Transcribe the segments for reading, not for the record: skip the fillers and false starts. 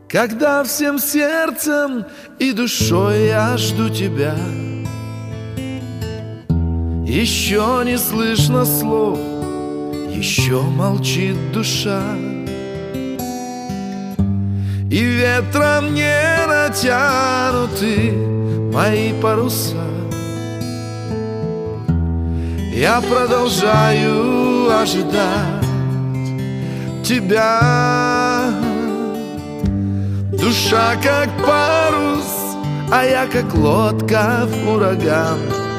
Когда всем сердцем и душой я жду тебя. Еще не слышно слов, еще молчит душа, и ветром не натянуты мои паруса. Я продолжаю ожидать тебя. Душа как парус, а я как лодка в ураган.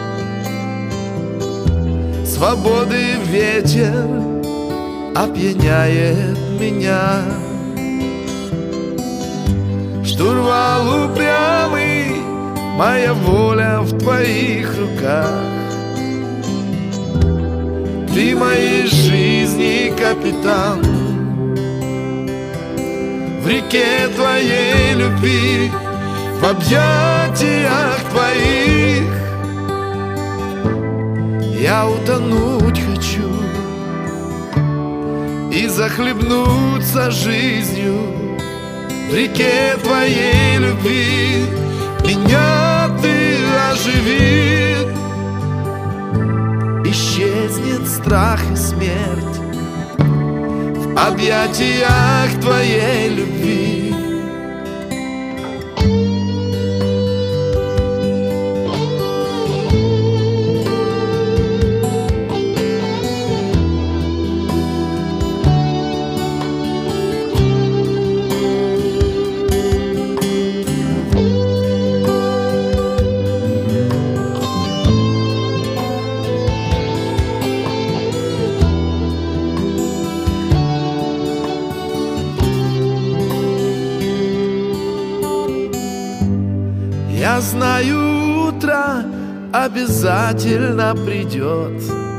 Свободы ветер опьяняет меня. Штурвал упрямый, моя воля в твоих руках. Ты моей жизни капитан. В реке твоей любви, в объятиях твоих я утонуть хочу и захлебнуться жизнью. В реке твоей любви меня ты оживи. Исчезнет страх и смерть в объятиях твоей любви. Я знаю, утро обязательно придет.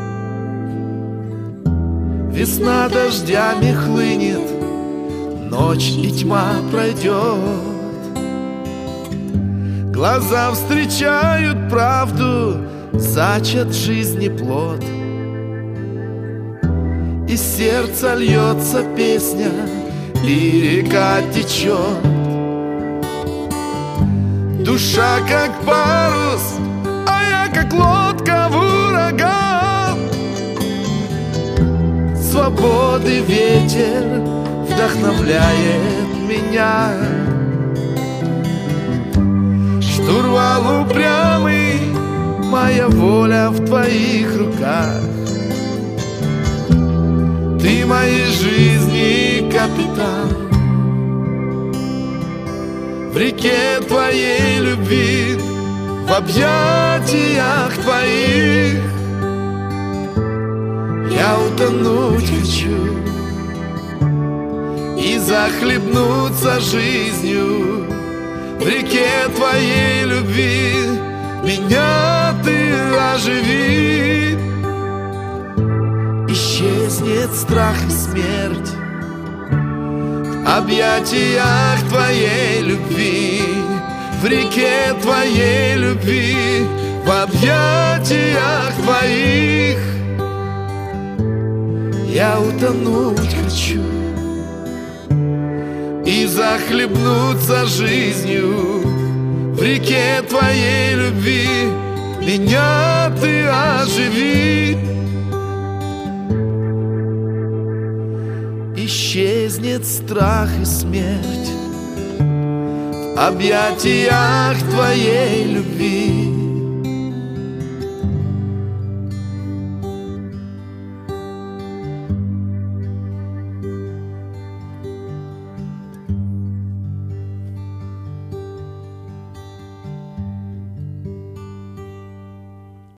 Весна дождями хлынет, ночь и тьма пройдет. Глаза встречают правду, зачат в жизни плод. Из сердца льется песня, и река течет. Душа как парус, а я как лодка в ураган. Свободы ветер вдохновляет меня. Штурвал упрямый, моя воля в твоих руках. Ты моей жизни капитан. В реке твоей любви, в объятиях твоих я утонуть хочу и захлебнуться жизнью. В реке твоей любви меня ты оживи. Исчезнет страх и смерть в объятиях твоей любви. В реке твоей любви, в объятиях твоих я утонуть хочу и захлебнуться жизнью. В реке твоей любви меня ты оживи. Исчезнет страх и смерть в объятиях твоей любви.